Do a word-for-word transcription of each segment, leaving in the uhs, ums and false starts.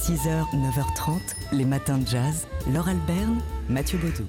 six heures, neuf heures trente, les matins de jazz. Laure Alberne, Mathieu Baudou.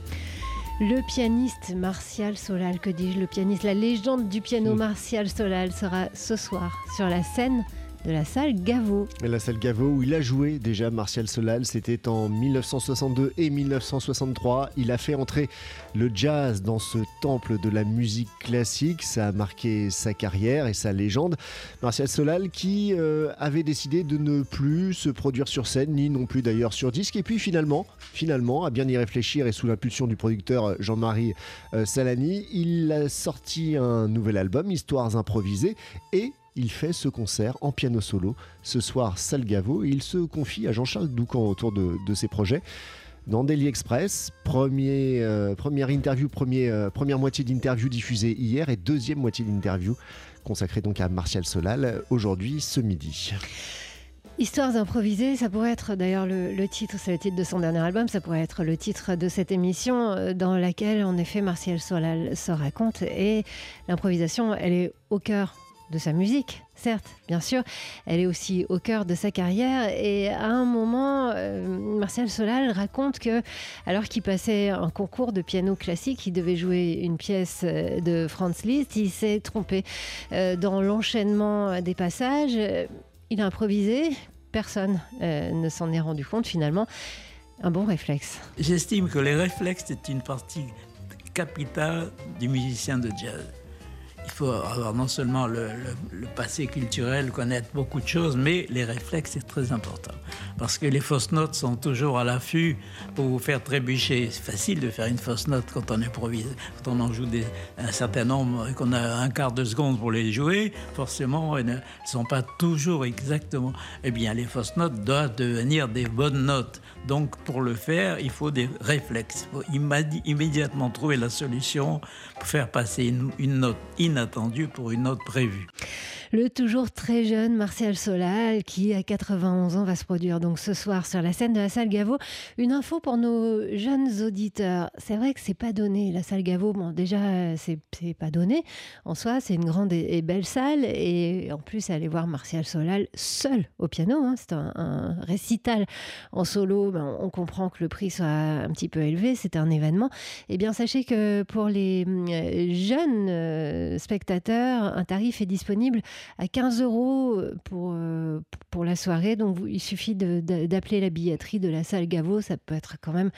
Le pianiste Martial Solal, que dis-je, le pianiste, la légende du piano mmh. Martial Solal sera ce soir sur la scène de la salle Gaveau. Et la salle Gaveau où il a joué déjà Martial Solal, c'était en dix-neuf cent soixante-deux et dix-neuf cent soixante-trois. Il a fait entrer le jazz dans ce temple de la musique classique. Ça a marqué sa carrière et sa légende. Martial Solal qui euh, avait décidé de ne plus se produire sur scène, ni non plus d'ailleurs sur disque. Et puis finalement, finalement, à bien y réfléchir et sous l'impulsion du producteur Jean-Marie euh, Salani, il a sorti un nouvel album, Histoires improvisées, et il fait ce concert en piano solo ce soir, salle Gaveau, et il se confie à Jean-Charles Doucan autour de, de ses projets. Dans Daily Express, premier, euh, première interview, premier, euh, première moitié d'interview diffusée hier et deuxième moitié d'interview consacrée donc à Martial Solal aujourd'hui ce midi. Histoires improvisées, ça pourrait être d'ailleurs le, le titre, c'est le titre de son dernier album, ça pourrait être le titre de cette émission dans laquelle en effet Martial Solal se raconte, et l'improvisation elle est au cœur de sa musique, certes, bien sûr, elle est aussi au cœur de sa carrière. Et à un moment, euh, Martial Solal raconte que, alors qu'il passait un concours de piano classique, il devait jouer une pièce de Franz Liszt, il s'est trompé euh, dans l'enchaînement des passages, il a improvisé, personne euh, ne s'en est rendu compte finalement. Un bon réflexe. J'estime que les réflexes, c'est une partie capitale du musicien de jazz. Il faut avoir non seulement le, le, le passé culturel, connaître beaucoup de choses, mais les réflexes, c'est très important. Parce que les fausses notes sont toujours à l'affût pour vous faire trébucher. C'est facile de faire une fausse note quand on improvise. Quand on en joue des, un certain nombre et qu'on a un quart de seconde pour les jouer, forcément, elles ne sont pas toujours exactement... Eh bien, les fausses notes doivent devenir des bonnes notes. Donc, pour le faire, il faut des réflexes. Il faut immadi- immédiatement trouver la solution pour faire passer une, une note inattendue pour une note prévue. Le toujours très jeune Martial Solal, qui à quatre-vingt-onze ans va se produire donc ce soir sur la scène de la salle Gaveau. Une info pour nos jeunes auditeurs. C'est vrai que c'est pas donné, la salle Gaveau. Bon, déjà, c'est, c'est pas donné. En soi, c'est une grande et, et belle salle. Et en plus, aller voir Martial Solal seul au piano, hein, c'est un, un récital en solo. Ben, on comprend que le prix soit un petit peu élevé. C'est un événement. Eh bien, sachez que pour les jeunes euh, spectateurs, un tarif est disponible à quinze euros pour, euh, pour la soirée. Donc, il suffit de, de, d'appeler la billetterie de la salle Gaveau. Ça peut être quand même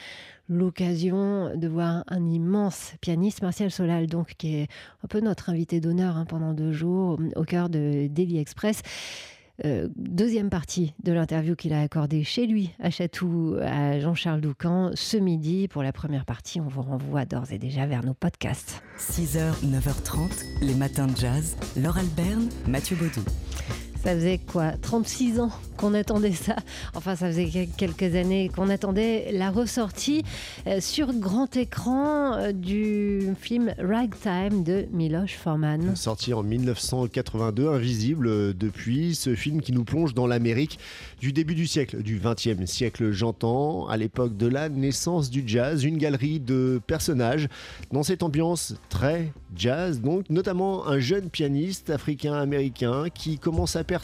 l'occasion de voir un immense pianiste, Martial Solal, donc, qui est un peu notre invité d'honneur hein, pendant deux jours au cœur de Daily Express. Euh, deuxième partie de l'interview qu'il a accordée chez lui à Chatou à Jean-Charles Doucan ce midi. Pour la première partie, on vous renvoie d'ores et déjà vers nos podcasts. six heures, neuf heures trente, les matins de jazz. Laure Alberne, Mathieu Baudou. Ça faisait quoi, trente-six ans qu'on attendait ça. Enfin, ça faisait quelques années qu'on attendait la ressortie euh, sur grand écran euh, du film Ragtime de Miloš Forman. Sorti en dix-neuf cent quatre-vingt-deux, invisible euh, depuis, ce film qui nous plonge dans l'Amérique du début du siècle, du vingtième siècle, j'entends, à l'époque de la naissance du jazz, une galerie de personnages dans cette ambiance très jazz, donc notamment un jeune pianiste africain-américain qui commence à percer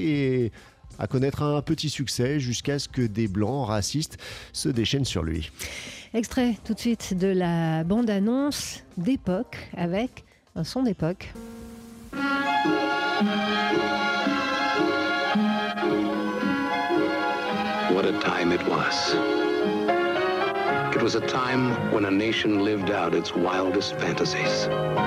et à connaître un petit succès jusqu'à ce que des blancs racistes se déchaînent sur lui. Extrait tout de suite de la bande-annonce d'époque avec un son d'époque. What a time it was. It was a time when a nation lived out its wildest fantasies.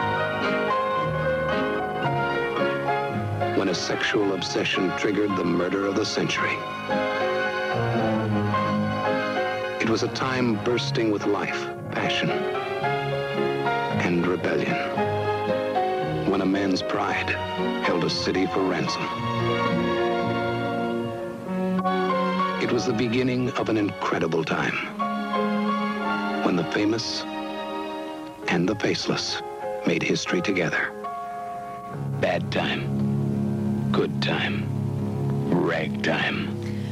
When a sexual obsession triggered the murder of the century. It was a time bursting with life, passion, and rebellion. When a man's pride held a city for ransom. It was the beginning of an incredible time. When the famous and the faceless made history together. Bad time. Good time. Ragtime.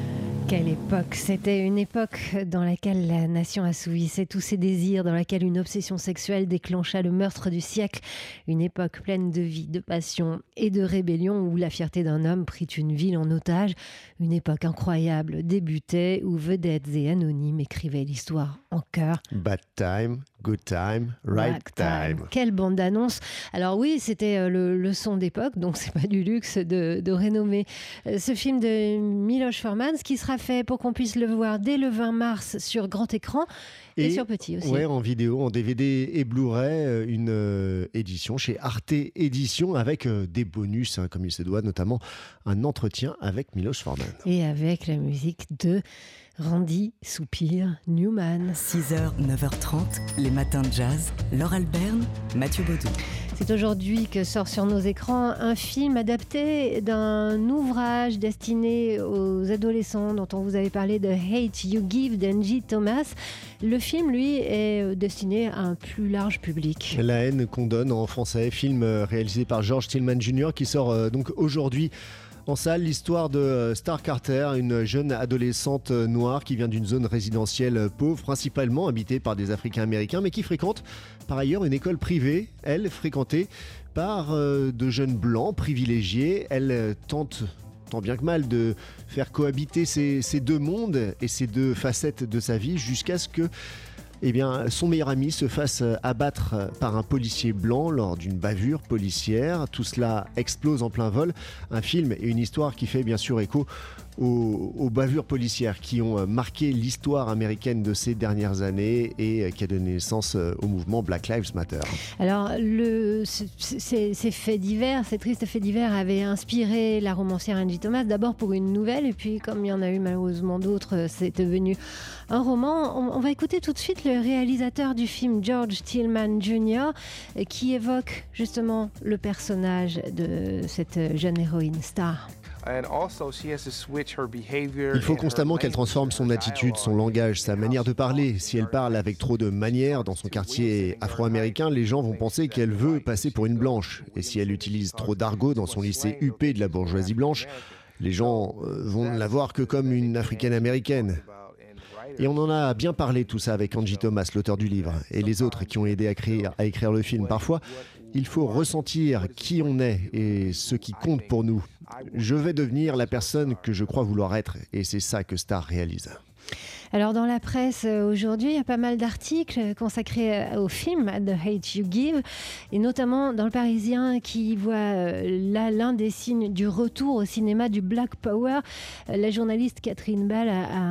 Quelle époque! C'était une époque dans laquelle la nation assouvissait tous ses désirs, dans laquelle une obsession sexuelle déclencha le meurtre du siècle. Une époque pleine de vie, de passion et de rébellion où la fierté d'un homme prit une ville en otage. Une époque incroyable débutait où vedettes et anonymes écrivaient l'histoire en chœur. Bad time, good time, right Right time. time. Quelle bande d'annonce! Alors oui, c'était le, le son d'époque, donc c'est pas du luxe de, de renommer ce film de Miloš Forman, qui sera fait pour qu'on puisse le voir dès le vingt mars sur grand écran et, et sur petit aussi. Ouais, en vidéo, en D V D et Blu-ray, une euh, édition chez Arte Édition avec euh, des bonus, hein, comme il se doit, notamment un entretien avec Miloš Forman. Et avec la musique de Randy Soupir Newman. six heures, neuf heures trente, les matins de jazz. Laure Alberne, Mathieu Baudou. C'est aujourd'hui que sort sur nos écrans un film adapté d'un ouvrage destiné aux adolescents dont on vous avait parlé, de Hate You Give d'Angie Thomas. Le film, lui, est destiné à un plus large public. La haine qu'on donne en français, film réalisé par George Tillman junior qui sort euh, donc aujourd'hui en salle. L'histoire de Star Carter, une jeune adolescente noire qui vient d'une zone résidentielle pauvre, principalement habitée par des Africains-Américains, mais qui fréquente par ailleurs une école privée, elle fréquentée par euh, de jeunes blancs privilégiés. Elle euh, tente tant bien que mal de faire cohabiter ces, ces deux mondes et ces deux facettes de sa vie jusqu'à ce que eh bien, son meilleur ami se fasse abattre par un policier blanc lors d'une bavure policière. Tout cela explose en plein vol. Un film et une histoire qui fait bien sûr écho aux, aux bavures policières qui ont marqué l'histoire américaine de ces dernières années et qui a donné naissance au mouvement Black Lives Matter. Alors, le, ces, ces faits divers, ces tristes faits divers avaient inspiré la romancière Angie Thomas, d'abord pour une nouvelle, et puis comme il y en a eu malheureusement d'autres, c'est devenu un roman. On, on va écouter tout de suite le réalisateur du film, George Tillman junior, qui évoque justement le personnage de cette jeune héroïne star. Il faut constamment qu'elle transforme son attitude, son langage, sa manière de parler. Si elle parle avec trop de manières dans son quartier afro-américain, les gens vont penser qu'elle veut passer pour une blanche. Et si elle utilise trop d'argot dans son lycée huppé de la bourgeoisie blanche, les gens vont ne la voir que comme une africaine-américaine. Et on en a bien parlé tout ça avec Angie Thomas, l'auteur du livre, et les autres qui ont aidé à écrire, à écrire le film. Parfois, il faut ressentir qui on est et ce qui compte pour nous. Je vais devenir la personne que je crois vouloir être, et c'est ça que Star réalise. Alors dans la presse aujourd'hui, il y a pas mal d'articles consacrés au film The Hate You Give, et notamment dans le Parisien qui voit là l'un des signes du retour au cinéma du Black Power. La journaliste Catherine Ball a, a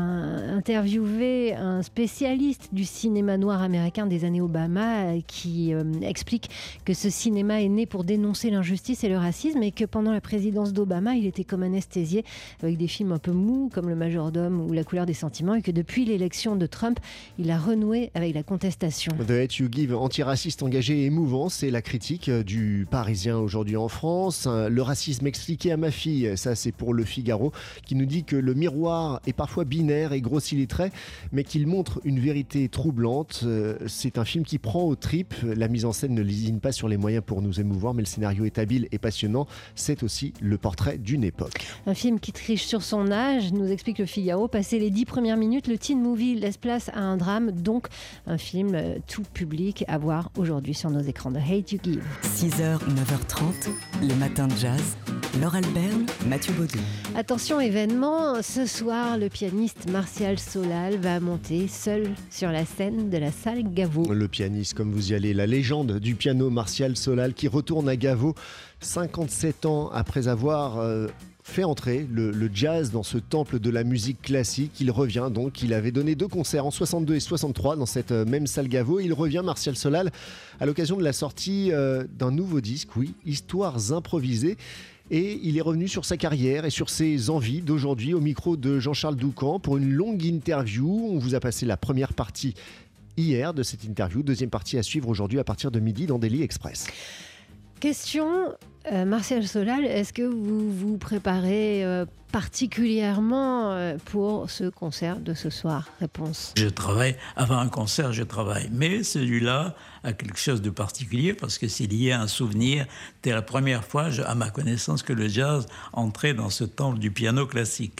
interviewé un spécialiste du cinéma noir américain des années Obama qui euh, explique que ce cinéma est né pour dénoncer l'injustice et le racisme, et que pendant la présidence d'Obama, il était comme anesthésié avec des films un peu mous comme Le Majordome ou La couleur des sentiments, et que depuis Depuis l'élection de Trump, il a renoué avec la contestation. The Hate You Give, antiraciste engagé et émouvant, c'est la critique du Parisien aujourd'hui en France. Le racisme expliqué à ma fille, ça c'est pour Le Figaro, qui nous dit que le miroir est parfois binaire et grossit les traits, mais qu'il montre une vérité troublante. C'est un film qui prend aux tripes. La mise en scène ne lésine pas sur les moyens pour nous émouvoir, mais le scénario est habile et passionnant. C'est aussi le portrait d'une époque. Un film qui triche sur son âge, nous explique Le Figaro. Passé les dix premières minutes, le teen movie laisse place à un drame, donc un film tout public à voir aujourd'hui sur nos écrans. The Hate You Give. six heures, neuf heures trente, les matins de jazz. Laure Alberne, Mathieu Baudou. Attention événement, ce soir le pianiste Martial Solal va monter seul sur la scène de la salle Gaveau. Le pianiste, comme vous y allez, la légende du piano Martial Solal qui retourne à Gaveau cinquante-sept ans après avoir euh, fait entrer le, le jazz dans ce temple de la musique classique. Il revient donc, il avait donné deux concerts en soixante-deux et soixante-trois dans cette même salle Gaveau. Il revient, Martial Solal, à l'occasion de la sortie euh, d'un nouveau disque, oui, Histoires improvisées. Et il est revenu sur sa carrière et sur ses envies d'aujourd'hui au micro de Jean-Charles Doucan pour une longue interview. On vous a passé la première partie hier de cette interview, deuxième partie à suivre aujourd'hui à partir de midi dans Daily Express. Question, euh, Martial Solal, est-ce que vous vous préparez euh, particulièrement euh, pour ce concert de ce soir? Réponse. Je travaille, avant un concert, je travaille. Mais celui-là a quelque chose de particulier parce que c'est lié à un souvenir. C'était la première fois, je, à ma connaissance, que le jazz entrait dans ce temple du piano classique.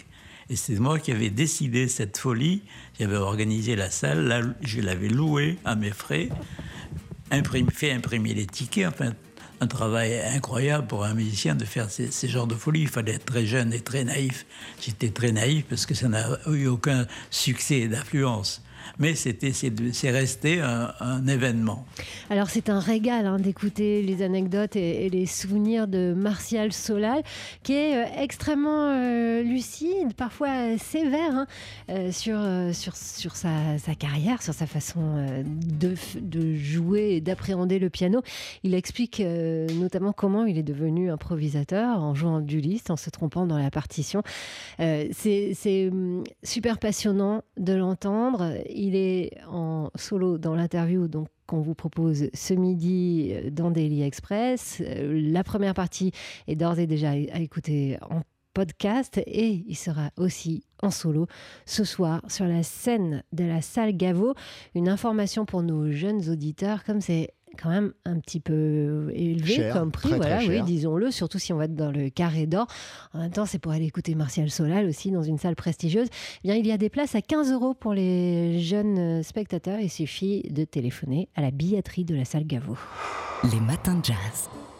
Et c'est moi qui avais décidé cette folie. J'avais organisé la salle, là, je l'avais louée à mes frais, imprimé, fait imprimer les tickets, enfin, un travail incroyable pour un musicien de faire ces, ces genres de folies. Il fallait être très jeune et très naïf. J'étais très naïf parce que ça n'a eu aucun succès d'affluence. Mais c'était, c'est, c'est resté un, un événement. Alors c'est un régal hein, d'écouter les anecdotes et, et les souvenirs de Martial Solal, qui est euh, extrêmement euh, lucide, parfois sévère hein, euh, sur, euh, sur, sur sa, sa carrière, sur sa façon euh, de, de jouer et d'appréhender le piano. Il explique euh, notamment comment il est devenu improvisateur en jouant du Liszt, en se trompant dans la partition. Euh, c'est, c'est super passionnant de l'entendre. Il est en solo dans l'interview donc, qu'on vous propose ce midi dans Daily Express. La première partie est d'ores et déjà à écouter en podcast et il sera aussi en solo ce soir sur la scène de la salle Gaveau. Une information pour nos jeunes auditeurs, comme c'est quand même un petit peu élevé cher, comme prix, très, voilà, très oui, disons-le, surtout si on va dans le Carré d'Or. En même temps, c'est pour aller écouter Martial Solal aussi dans une salle prestigieuse. Eh bien, il y a des places à quinze euros pour les jeunes spectateurs. Il suffit de téléphoner à la billetterie de la salle Gaveau. Les matins de jazz.